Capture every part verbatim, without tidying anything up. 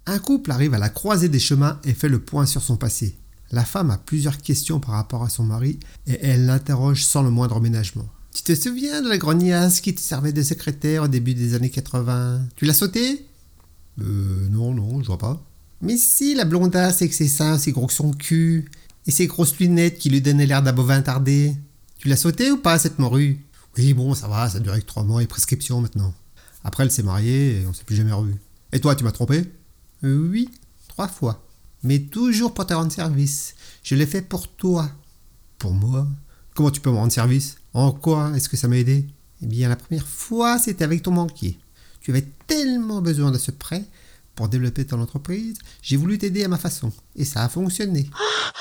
Un couple arrive à la croisée des chemins et fait le point sur son passé. La femme a plusieurs questions par rapport à son mari et elle l'interroge sans le moindre ménagement. Tu te souviens de la grognasse qui te servait de secrétaire au début des années quatre-vingts? Tu l'as sautée? Euh, non, non, je vois pas. Mais si, la blondasse avec ses seins, ses gros que son cul, et ses grosses lunettes qui lui donnaient l'air d'un bovin tardé. Tu l'as sautée ou pas, cette morue? Oui, bon, ça va, ça a duré que trois mois et prescription maintenant. Après, elle s'est mariée et on s'est plus jamais revu. Et toi, tu m'as trompé? euh, Oui, trois fois. Mais toujours pour te rendre service. Je l'ai fait pour toi. Pour moi? Comment tu peux me rendre service? En quoi est-ce que ça m'a aidé? Eh bien, la première fois, c'était avec ton banquier. Tu avais tellement besoin de ce prêt pour développer ton entreprise, j'ai voulu t'aider à ma façon. Et ça a fonctionné.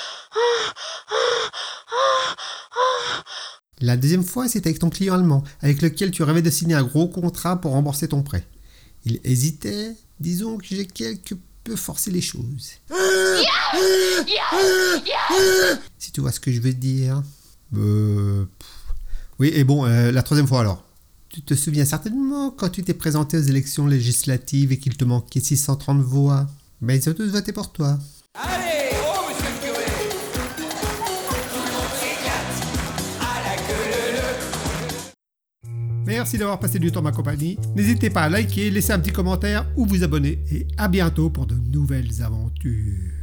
La deuxième fois, c'était avec ton client allemand, avec lequel tu rêvais de signer un gros contrat pour rembourser ton prêt. Il hésitait, disons que j'ai quelque peu forcé les choses. Si tu vois ce que je veux dire. Euh... Oui, et bon, euh, la troisième fois alors. Tu te souviens certainement quand tu t'es présenté aux élections législatives et qu'il te manquait six cent trente voix. Ben ils ont tous voté pour toi. Allez, oh monsieur le curé, on s'éclate à la queue leu leu. Merci d'avoir passé du temps ma compagnie. N'hésitez pas à liker, laisser un petit commentaire ou vous abonner. Et à bientôt pour de nouvelles aventures.